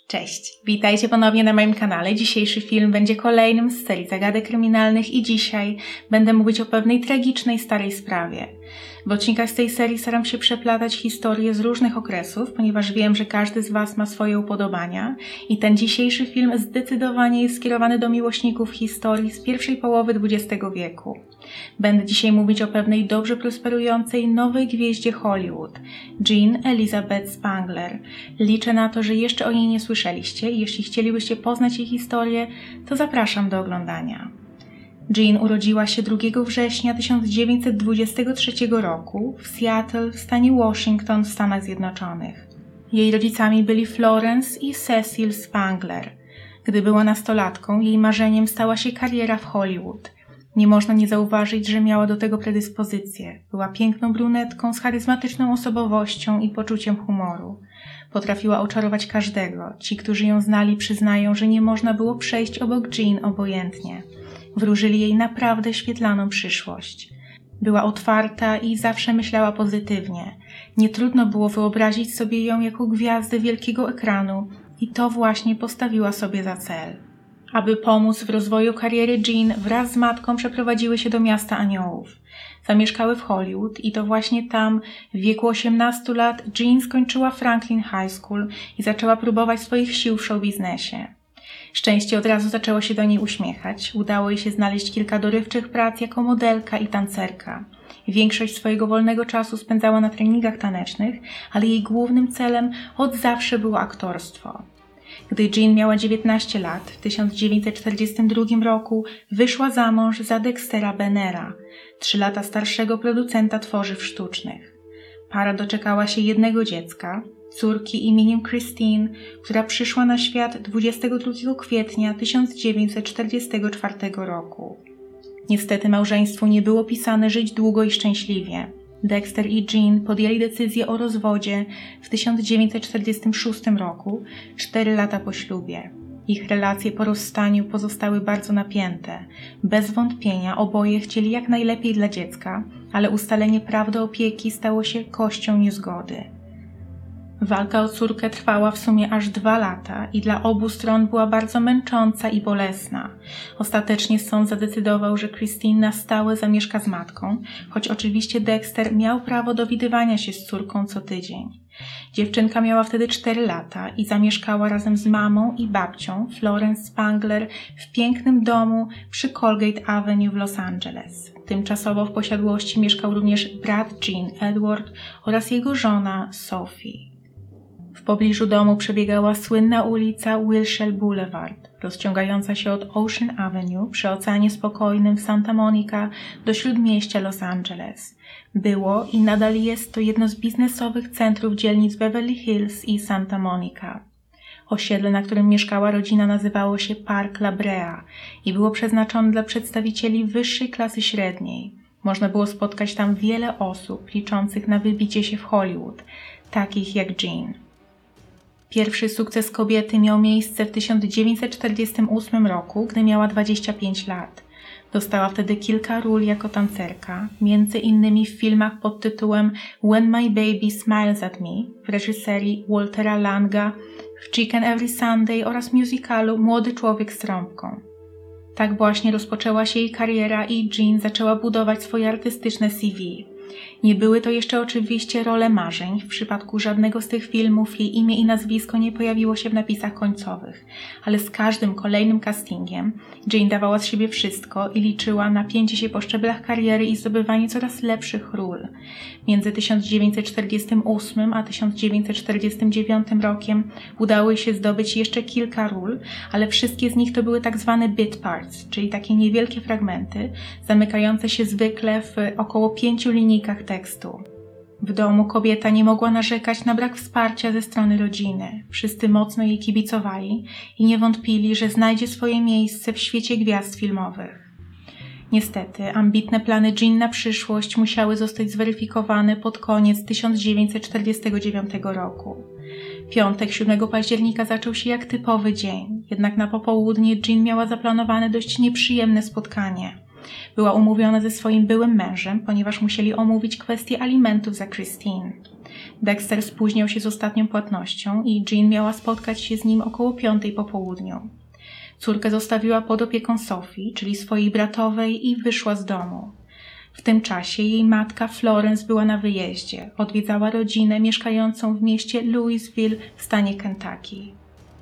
Cześć, witajcie ponownie na moim kanale. Dzisiejszy film będzie kolejnym z serii zagadek kryminalnych i dzisiaj będę mówić o pewnej tragicznej starej sprawie. W odcinkach z tej serii staram się przeplatać historie z różnych okresów, ponieważ wiem, że każdy z Was ma swoje upodobania i ten dzisiejszy film zdecydowanie jest skierowany do miłośników historii z pierwszej połowy XX wieku. Będę dzisiaj mówić o pewnej dobrze prosperującej nowej gwieździe Hollywood, Jean Elizabeth Spangler. Liczę na to, że jeszcze o niej nie słyszeliście i jeśli chcielibyście poznać jej historię, to zapraszam do oglądania. Jean urodziła się 2 września 1923 roku w Seattle w stanie Washington w Stanach Zjednoczonych. Jej rodzicami byli Florence i Cecil Spangler. Gdy była nastolatką, jej marzeniem stała się kariera w Hollywood. Nie można nie zauważyć, że miała do tego predyspozycję. Była piękną brunetką z charyzmatyczną osobowością i poczuciem humoru. Potrafiła oczarować każdego. Ci, którzy ją znali, przyznają, że nie można było przejść obok Jean obojętnie. Wróżyli jej naprawdę świetlaną przyszłość. Była otwarta i zawsze myślała pozytywnie. Nie trudno było wyobrazić sobie ją jako gwiazdę wielkiego ekranu i to właśnie postawiła sobie za cel. Aby pomóc w rozwoju kariery Jean, wraz z matką przeprowadziły się do Miasta Aniołów. Zamieszkały w Hollywood i to właśnie tam, w wieku 18 lat, Jean skończyła Franklin High School i zaczęła próbować swoich sił w showbiznesie. Szczęście od razu zaczęło się do niej uśmiechać. Udało jej się znaleźć kilka dorywczych prac jako modelka i tancerka. Większość swojego wolnego czasu spędzała na treningach tanecznych, ale jej głównym celem od zawsze było aktorstwo. Gdy Jean miała 19 lat, w 1942 roku wyszła za mąż za Dextera Bennera, 3 lata starszego producenta tworzyw sztucznych. Para doczekała się jednego dziecka, córki imieniem Christine, która przyszła na świat 22 kwietnia 1944 roku. Niestety małżeństwu nie było pisane żyć długo i szczęśliwie. Dexter i Jean podjęli decyzję o rozwodzie w 1946 roku, 4 lata po ślubie. Ich relacje po rozstaniu pozostały bardzo napięte. Bez wątpienia oboje chcieli jak najlepiej dla dziecka, ale ustalenie praw do opieki stało się kością niezgody. Walka o córkę trwała w sumie aż 2 lata i dla obu stron była bardzo męcząca i bolesna. Ostatecznie sąd zadecydował, że Christine na stałe zamieszka z matką, choć oczywiście Dexter miał prawo do widywania się z córką co tydzień. Dziewczynka miała wtedy 4 lata i zamieszkała razem z mamą i babcią Florence Spangler w pięknym domu przy Colgate Avenue w Los Angeles. Tymczasowo w posiadłości mieszkał również brat Jean, Edward, oraz jego żona Sophie. W pobliżu domu przebiegała słynna ulica Wilshire Boulevard, rozciągająca się od Ocean Avenue przy Oceanie Spokojnym w Santa Monica do śródmieścia Los Angeles. Było i nadal jest to jedno z biznesowych centrów dzielnic Beverly Hills i Santa Monica. Osiedle, na którym mieszkała rodzina, nazywało się Park La Brea i było przeznaczone dla przedstawicieli wyższej klasy średniej. Można było spotkać tam wiele osób liczących na wybicie się w Hollywood, takich jak Jean. Pierwszy sukces kobiety miał miejsce w 1948 roku, gdy miała 25 lat. Dostała wtedy kilka ról jako tancerka, między innymi w filmach pod tytułem When My Baby Smiles at Me w reżyserii Waltera Langa, w Chicken Every Sunday oraz musicalu Młody człowiek z trąbką. Tak właśnie rozpoczęła się jej kariera i Jean zaczęła budować swoje artystyczne CV. Nie były to jeszcze oczywiście role marzeń. W przypadku żadnego z tych filmów jej imię i nazwisko nie pojawiło się w napisach końcowych, ale z każdym kolejnym castingiem Jean dawała z siebie wszystko i liczyła na pięcie się po szczeblach kariery i zdobywanie coraz lepszych ról. Między 1948 a 1949 rokiem udało jej się zdobyć jeszcze kilka ról, ale wszystkie z nich to były tak zwane bit parts, czyli takie niewielkie fragmenty, zamykające się zwykle w około 5 linijkach tekstu. W domu kobieta nie mogła narzekać na brak wsparcia ze strony rodziny. Wszyscy mocno jej kibicowali i nie wątpili, że znajdzie swoje miejsce w świecie gwiazd filmowych. Niestety, ambitne plany Jean na przyszłość musiały zostać zweryfikowane pod koniec 1949 roku. Piątek 7 października zaczął się jak typowy dzień, jednak na popołudnie Jean miała zaplanowane dość nieprzyjemne spotkanie. Była umówiona ze swoim byłym mężem, ponieważ musieli omówić kwestię alimentów za Christine. Dexter spóźniał się z ostatnią płatnością i Jean miała spotkać się z nim około 5 po południu. Córkę zostawiła pod opieką Sophie, czyli swojej bratowej, i wyszła z domu. W tym czasie jej matka Florence była na wyjeździe. Odwiedzała rodzinę mieszkającą w mieście Louisville w stanie Kentucky.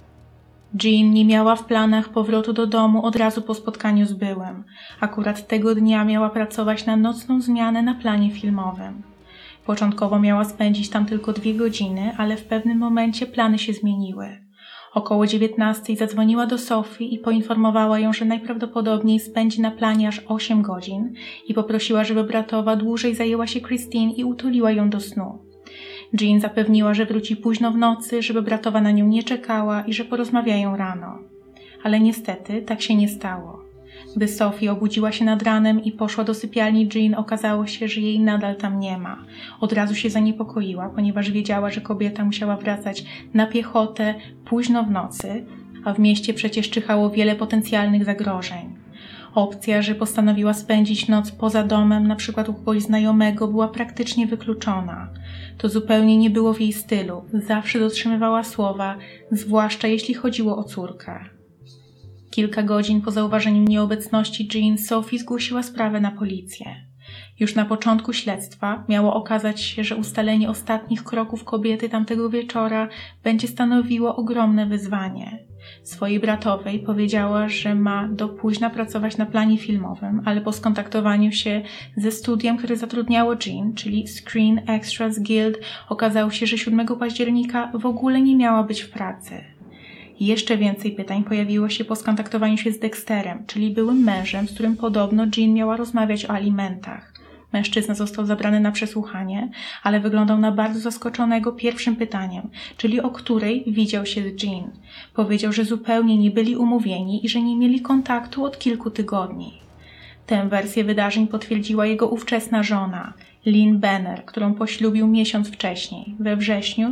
Jean nie miała w planach powrotu do domu od razu po spotkaniu z byłym. Akurat tego dnia miała pracować na nocną zmianę na planie filmowym. Początkowo miała spędzić tam tylko 2 godziny, ale w pewnym momencie plany się zmieniły. Około 19 zadzwoniła do Sophie i poinformowała ją, że najprawdopodobniej spędzi na planie aż 8 godzin i poprosiła, żeby bratowa dłużej zajęła się Christine i utuliła ją do snu. Jean zapewniła, że wróci późno w nocy, żeby bratowa na nią nie czekała i że porozmawiają rano. Ale niestety tak się nie stało. Gdy Sophie obudziła się nad ranem i poszła do sypialni Jean, okazało się, że jej nadal tam nie ma. Od razu się zaniepokoiła, ponieważ wiedziała, że kobieta musiała wracać na piechotę późno w nocy, a w mieście przecież czyhało wiele potencjalnych zagrożeń. Opcja, że postanowiła spędzić noc poza domem, na przykład u kogoś znajomego, była praktycznie wykluczona. To zupełnie nie było w jej stylu. Zawsze dotrzymywała słowa, zwłaszcza jeśli chodziło o córkę. Kilka godzin po zauważeniu nieobecności Jean, Sophie zgłosiła sprawę na policję. Już na początku śledztwa miało okazać się, że ustalenie ostatnich kroków kobiety tamtego wieczora będzie stanowiło ogromne wyzwanie. Swojej bratowej powiedziała, że ma do późna pracować na planie filmowym, ale po skontaktowaniu się ze studiem, które zatrudniało Jean, czyli Screen Extras Guild, okazało się, że 7 października w ogóle nie miała być w pracy. Jeszcze więcej pytań pojawiło się po skontaktowaniu się z Dexterem, czyli byłym mężem, z którym podobno Jean miała rozmawiać o alimentach. Mężczyzna został zabrany na przesłuchanie, ale wyglądał na bardzo zaskoczonego pierwszym pytaniem, czyli o której widział się z Jean. Powiedział, że zupełnie nie byli umówieni i że nie mieli kontaktu od kilku tygodni. Tę wersję wydarzeń potwierdziła jego ówczesna żona, Lynn Benner, którą poślubił miesiąc wcześniej, we wrześniu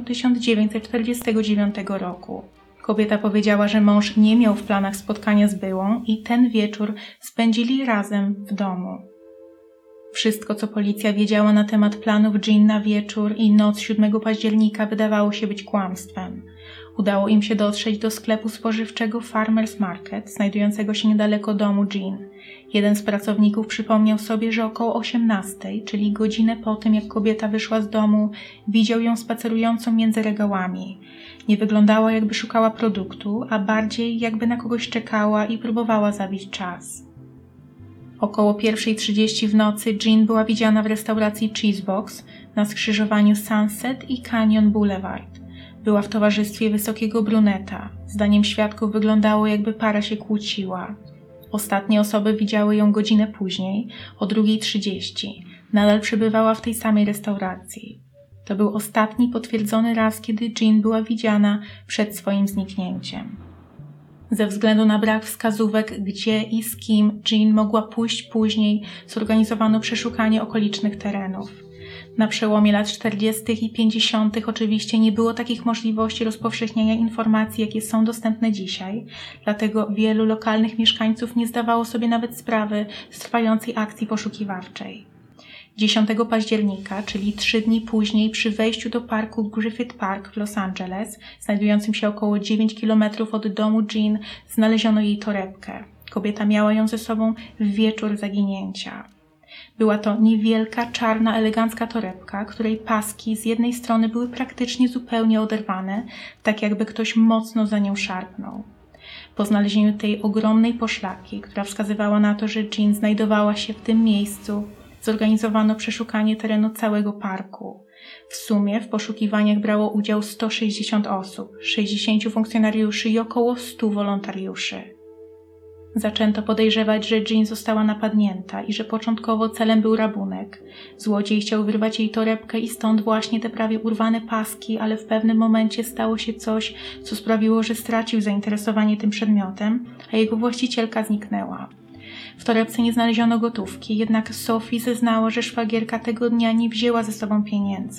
1949 roku. Kobieta powiedziała, że mąż nie miał w planach spotkania z byłą i ten wieczór spędzili razem w domu. Wszystko, co policja wiedziała na temat planów Jean na wieczór i noc 7 października, wydawało się być kłamstwem. Udało im się dotrzeć do sklepu spożywczego Farmers Market, znajdującego się niedaleko domu Jean. Jeden z pracowników przypomniał sobie, że około 18, czyli godzinę po tym, jak kobieta wyszła z domu, widział ją spacerującą między regałami. Nie wyglądała, jakby szukała produktu, a bardziej jakby na kogoś czekała i próbowała zabić czas. Około 1:30 w nocy Jean była widziana w restauracji Cheesebox na skrzyżowaniu Sunset i Canyon Boulevard. Była w towarzystwie wysokiego bruneta. Zdaniem świadków wyglądało, jakby para się kłóciła. Ostatnie osoby widziały ją godzinę później, o 2:30. Nadal przebywała w tej samej restauracji. To był ostatni potwierdzony raz, kiedy Jean była widziana przed swoim zniknięciem. Ze względu na brak wskazówek, gdzie i z kim Jean mogła pójść później, zorganizowano przeszukanie okolicznych terenów. Na przełomie lat 40. i 50. oczywiście nie było takich możliwości rozpowszechniania informacji, jakie są dostępne dzisiaj, dlatego wielu lokalnych mieszkańców nie zdawało sobie nawet sprawy z trwającej akcji poszukiwawczej. 10 października, czyli 3 dni później, przy wejściu do parku Griffith Park w Los Angeles, znajdującym się około 9 km od domu Jean, znaleziono jej torebkę. Kobieta miała ją ze sobą w wieczór zaginięcia. Była to niewielka, czarna, elegancka torebka, której paski z jednej strony były praktycznie zupełnie oderwane, tak jakby ktoś mocno za nią szarpnął. Po znalezieniu tej ogromnej poszlaki, która wskazywała na to, że Jean znajdowała się w tym miejscu, zorganizowano przeszukanie terenu całego parku. W sumie w poszukiwaniach brało udział 160 osób, 60 funkcjonariuszy i około 100 wolontariuszy. Zaczęto podejrzewać, że Jean została napadnięta i że początkowo celem był rabunek. Złodziej chciał wyrwać jej torebkę i stąd właśnie te prawie urwane paski, ale w pewnym momencie stało się coś, co sprawiło, że stracił zainteresowanie tym przedmiotem, a jego właścicielka zniknęła. W torebce nie znaleziono gotówki, jednak Sophie zeznała, że szwagierka tego dnia nie wzięła ze sobą pieniędzy.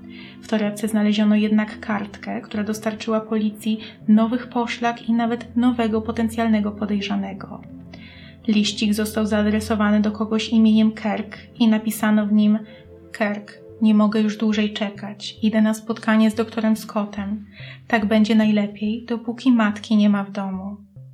W torebce znaleziono jednak kartkę, która dostarczyła policji nowych poszlak i nawet nowego potencjalnego podejrzanego. Liścik został zaadresowany do kogoś imieniem Kirk i napisano w nim: Kirk, Nie mogę już dłużej czekać. Idę na spotkanie z doktorem Scottem. Tak będzie najlepiej, dopóki matki nie ma w domu.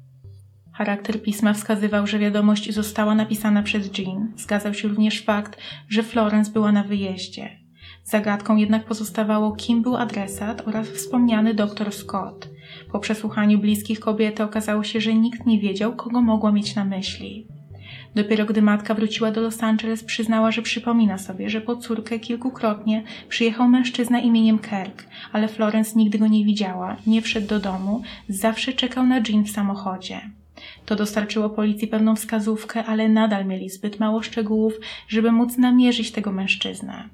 Charakter pisma wskazywał, że wiadomość została napisana przez Jean. Zgadzał się również fakt, że Florence była na wyjeździe. Zagadką jednak pozostawało, kim był adresat oraz wspomniany dr Scott. Po przesłuchaniu bliskich kobiety okazało się, że nikt nie wiedział, kogo mogła mieć na myśli. Dopiero gdy matka wróciła do Los Angeles, przyznała, że przypomina sobie, że po córkę kilkukrotnie przyjechał mężczyzna imieniem Kirk, ale Florence nigdy go nie widziała, nie wszedł do domu, zawsze czekał na Jean w samochodzie. To dostarczyło policji pewną wskazówkę, ale nadal mieli zbyt mało szczegółów, żeby móc namierzyć tego mężczyznę.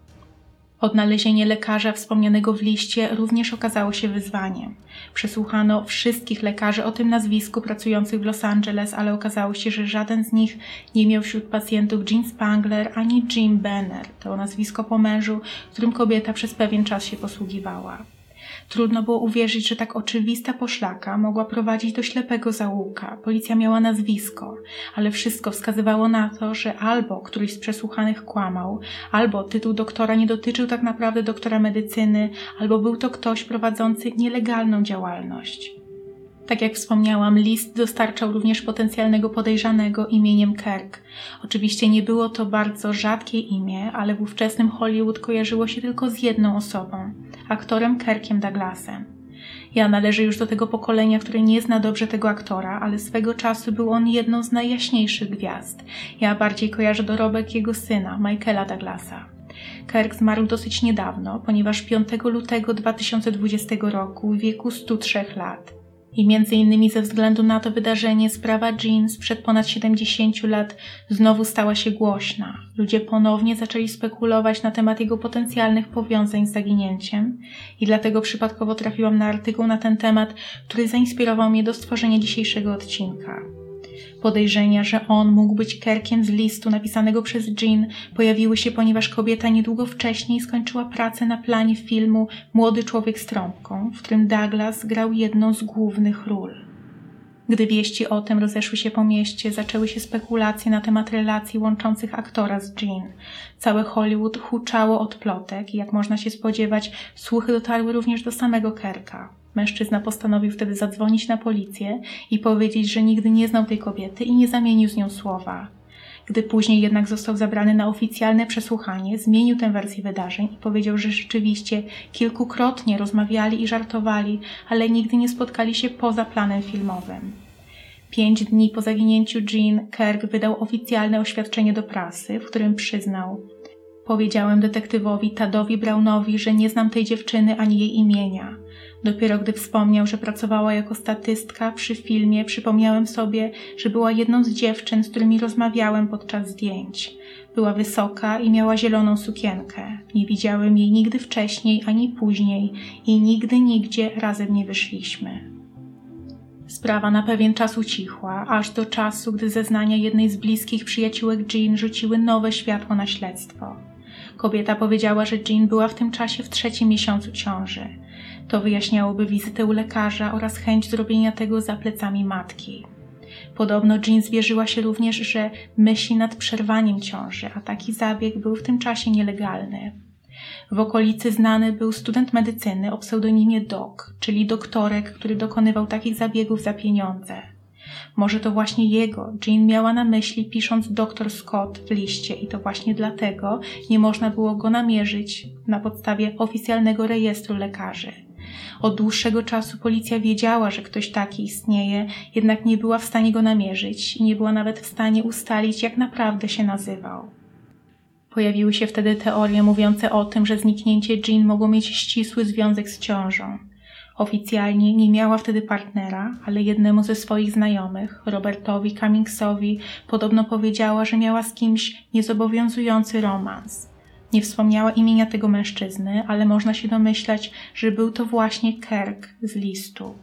Odnalezienie lekarza wspomnianego w liście również okazało się wyzwaniem. Przesłuchano wszystkich lekarzy o tym nazwisku pracujących w Los Angeles, ale okazało się, że żaden z nich nie miał wśród pacjentów Jean Spangler ani Jim Benner. To nazwisko po mężu, którym kobieta przez pewien czas się posługiwała. Trudno było uwierzyć, że tak oczywista poszlaka mogła prowadzić do ślepego zaułka. Policja miała nazwisko, ale wszystko wskazywało na to, że albo któryś z przesłuchanych kłamał, albo tytuł doktora nie dotyczył tak naprawdę doktora medycyny, albo był to ktoś prowadzący nielegalną działalność. Tak jak wspomniałam, list dostarczał również potencjalnego podejrzanego imieniem Kirk. Oczywiście nie było to bardzo rzadkie imię, ale w ówczesnym Hollywood kojarzyło się tylko z jedną osobą, aktorem Kirkiem Douglasem. Ja należę już do tego pokolenia, które nie zna dobrze tego aktora, ale swego czasu był on jedną z najjaśniejszych gwiazd. Ja bardziej kojarzę dorobek jego syna, Michaela Douglasa. Kirk zmarł dosyć niedawno, ponieważ 5 lutego 2020 roku w wieku 103 lat. I między innymi ze względu na to wydarzenie sprawa Jean sprzed ponad 70 lat znowu stała się głośna. Ludzie ponownie zaczęli spekulować na temat jego potencjalnych powiązań z zaginięciem i dlatego przypadkowo trafiłam na artykuł na ten temat, który zainspirował mnie do stworzenia dzisiejszego odcinka. Podejrzenia, że on mógł być Kirkiem z listu napisanego przez Jean, pojawiły się, ponieważ kobieta niedługo wcześniej skończyła pracę na planie filmu Młody człowiek z trąbką, w którym Douglas grał jedną z głównych ról. Gdy wieści o tym rozeszły się po mieście, zaczęły się spekulacje na temat relacji łączących aktora z Jean. Całe Hollywood huczało od plotek i jak można się spodziewać, słuchy dotarły również do samego Kirka. Mężczyzna postanowił wtedy zadzwonić na policję i powiedzieć, że nigdy nie znał tej kobiety i nie zamienił z nią słowa. Gdy później jednak został zabrany na oficjalne przesłuchanie, zmienił tę wersję wydarzeń i powiedział, że rzeczywiście kilkukrotnie rozmawiali i żartowali, ale nigdy nie spotkali się poza planem filmowym. 5 dni po zaginięciu Jean, Kirk wydał oficjalne oświadczenie do prasy, w którym przyznał: powiedziałem detektywowi Tadowi Brownowi, że nie znam tej dziewczyny ani jej imienia. Dopiero gdy wspomniał, że pracowała jako statystka przy filmie, przypomniałem sobie, że była jedną z dziewczyn, z którymi rozmawiałem podczas zdjęć. Była wysoka i miała zieloną sukienkę. Nie widziałem jej nigdy wcześniej ani później i nigdy nigdzie razem nie wyszliśmy. Sprawa na pewien czas ucichła, aż do czasu, gdy zeznania jednej z bliskich przyjaciółek Jean rzuciły nowe światło na śledztwo. Kobieta powiedziała, że Jean była w tym czasie w 3. miesiącu ciąży. To wyjaśniałoby wizytę u lekarza oraz chęć zrobienia tego za plecami matki. Podobno Jean zwierzyła się również, że myśli nad przerwaniem ciąży, a taki zabieg był w tym czasie nielegalny. W okolicy znany był student medycyny o pseudonimie Doc, czyli doktorek, który dokonywał takich zabiegów za pieniądze. Może to właśnie jego Jean miała na myśli, pisząc dr Scott w liście i to właśnie dlatego nie można było go namierzyć na podstawie oficjalnego rejestru lekarzy. Od dłuższego czasu policja wiedziała, że ktoś taki istnieje, jednak nie była w stanie go namierzyć i nie była nawet w stanie ustalić, jak naprawdę się nazywał. Pojawiły się wtedy teorie mówiące o tym, że zniknięcie Jean mogło mieć ścisły związek z ciążą. Oficjalnie nie miała wtedy partnera, ale jednemu ze swoich znajomych, Robertowi Cummingsowi, podobno powiedziała, że miała z kimś niezobowiązujący romans. Nie wspomniała imienia tego mężczyzny, ale można się domyślać, że był to właśnie Kirk z listu.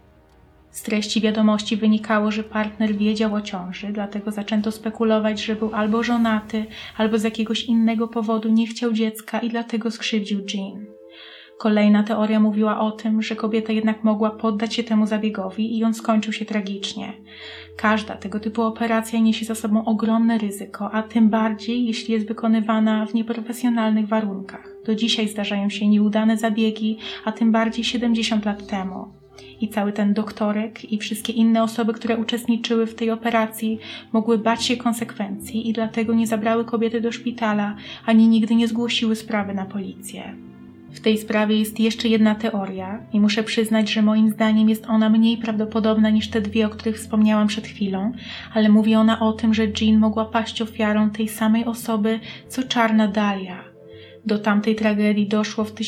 Z treści wiadomości wynikało, że partner wiedział o ciąży, dlatego zaczęto spekulować, że był albo żonaty, albo z jakiegoś innego powodu nie chciał dziecka i dlatego skrzywdził Jean. Kolejna teoria mówiła o tym, że kobieta jednak mogła poddać się temu zabiegowi i on skończył się tragicznie. Każda tego typu operacja niesie za sobą ogromne ryzyko, a tym bardziej, jeśli jest wykonywana w nieprofesjonalnych warunkach. Do dzisiaj zdarzają się nieudane zabiegi, a tym bardziej 70 lat temu. I cały ten doktorek i wszystkie inne osoby, które uczestniczyły w tej operacji, mogły bać się konsekwencji i dlatego nie zabrały kobiety do szpitala, ani nigdy nie zgłosiły sprawy na policję. W tej sprawie jest jeszcze jedna teoria i muszę przyznać, że moim zdaniem jest ona mniej prawdopodobna niż te dwie, o których wspomniałam przed chwilą, ale mówi ona o tym, że Jean mogła paść ofiarą tej samej osoby, co czarna Dahlia. Do tamtej tragedii doszło w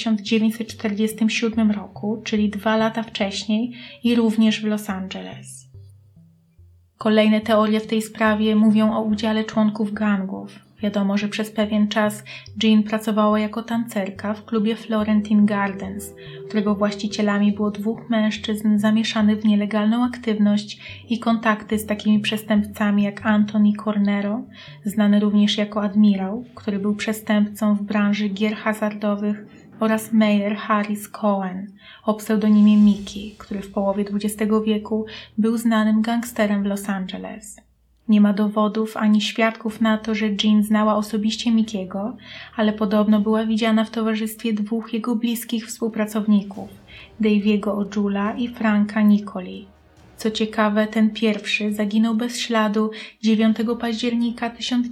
1947 roku, czyli 2 lata wcześniej i również w Los Angeles. Kolejne teorie w tej sprawie mówią o udziale członków gangów. Wiadomo, że przez pewien czas Jean pracowała jako tancerka w klubie Florentine Gardens, którego właścicielami było 2 mężczyzn zamieszanych w nielegalną aktywność i kontakty z takimi przestępcami jak Anthony Cornero, znany również jako Admirał, który był przestępcą w branży gier hazardowych, oraz Meyer Harris Cohen o pseudonimie Mickey, który w połowie XX wieku był znanym gangsterem w Los Angeles. Nie ma dowodów ani świadków na to, że Jean znała osobiście Mickiego, ale podobno była widziana w towarzystwie 2 jego bliskich współpracowników, Daviego Ojula i Franka Nicoli. Co ciekawe, ten pierwszy zaginął bez śladu 9 października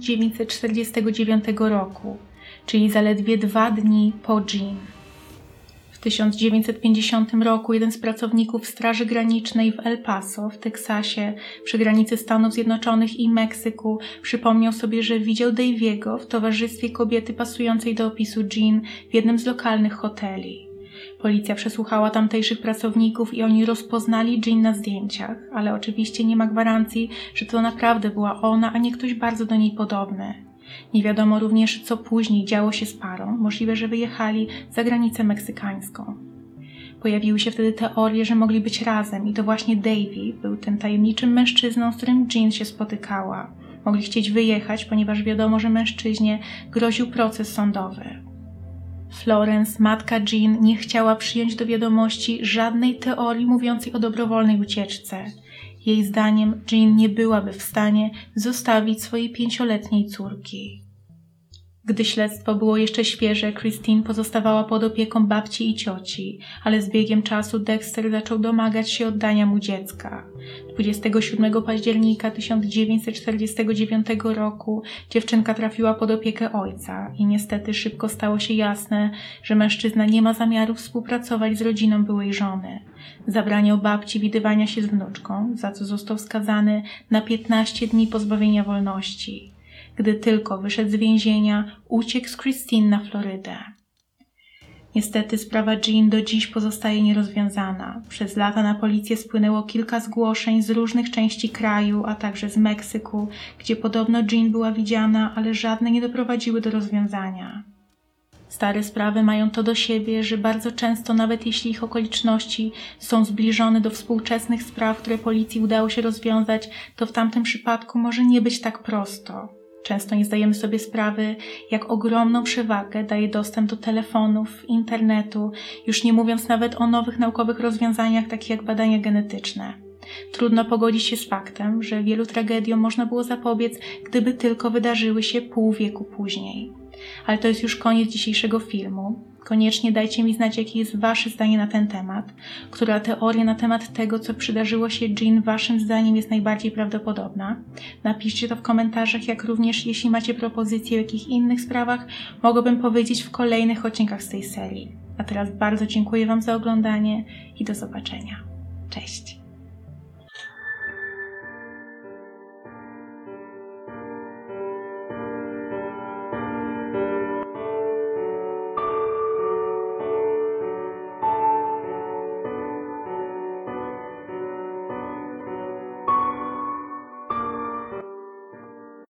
1949 roku, czyli zaledwie 2 dni po Jean. W 1950 roku jeden z pracowników Straży Granicznej w El Paso w Teksasie przy granicy Stanów Zjednoczonych i Meksyku przypomniał sobie, że widział Daviego w towarzystwie kobiety pasującej do opisu Jean w jednym z lokalnych hoteli. Policja przesłuchała tamtejszych pracowników i oni rozpoznali Jean na zdjęciach, ale oczywiście nie ma gwarancji, że to naprawdę była ona, a nie ktoś bardzo do niej podobny. Nie wiadomo również, co później działo się z parą, możliwe, że wyjechali za granicę meksykańską. Pojawiły się wtedy teorie, że mogli być razem i to właśnie Davy był tym tajemniczym mężczyzną, z którym Jean się spotykała. Mogli chcieć wyjechać, ponieważ wiadomo, że mężczyźnie groził proces sądowy. Florence, matka Jean, nie chciała przyjąć do wiadomości żadnej teorii mówiącej o dobrowolnej ucieczce. Jej zdaniem Jean nie byłaby w stanie zostawić swojej 5-letniej córki. Gdy śledztwo było jeszcze świeże, Christine pozostawała pod opieką babci i cioci, ale z biegiem czasu Dexter zaczął domagać się oddania mu dziecka. 27 października 1949 roku dziewczynka trafiła pod opiekę ojca i niestety szybko stało się jasne, że mężczyzna nie ma zamiaru współpracować z rodziną byłej żony. Zabraniał babci widywania się z wnuczką, za co został skazany na 15 dni pozbawienia wolności. Gdy tylko wyszedł z więzienia, uciekł z Christine na Florydę. Niestety sprawa Jean do dziś pozostaje nierozwiązana. Przez lata na policję spłynęło kilka zgłoszeń z różnych części kraju, a także z Meksyku, gdzie podobno Jean była widziana, ale żadne nie doprowadziły do rozwiązania. Stare sprawy mają to do siebie, że bardzo często, nawet jeśli ich okoliczności są zbliżone do współczesnych spraw, które policji udało się rozwiązać, to w tamtym przypadku może nie być tak prosto. Często nie zdajemy sobie sprawy, jak ogromną przewagę daje dostęp do telefonów, internetu, już nie mówiąc nawet o nowych naukowych rozwiązaniach, takich jak badania genetyczne. Trudno pogodzić się z faktem, że wielu tragediom można było zapobiec, gdyby tylko wydarzyły się pół wieku później. Ale to jest już koniec dzisiejszego filmu. Koniecznie dajcie mi znać, jakie jest wasze zdanie na ten temat. Która teoria na temat tego, co przydarzyło się Jean, waszym zdaniem jest najbardziej prawdopodobna. Napiszcie to w komentarzach, jak również jeśli macie propozycje o jakich innych sprawach, mogłabym powiedzieć w kolejnych odcinkach z tej serii. A teraz bardzo dziękuję wam za oglądanie i do zobaczenia. Cześć!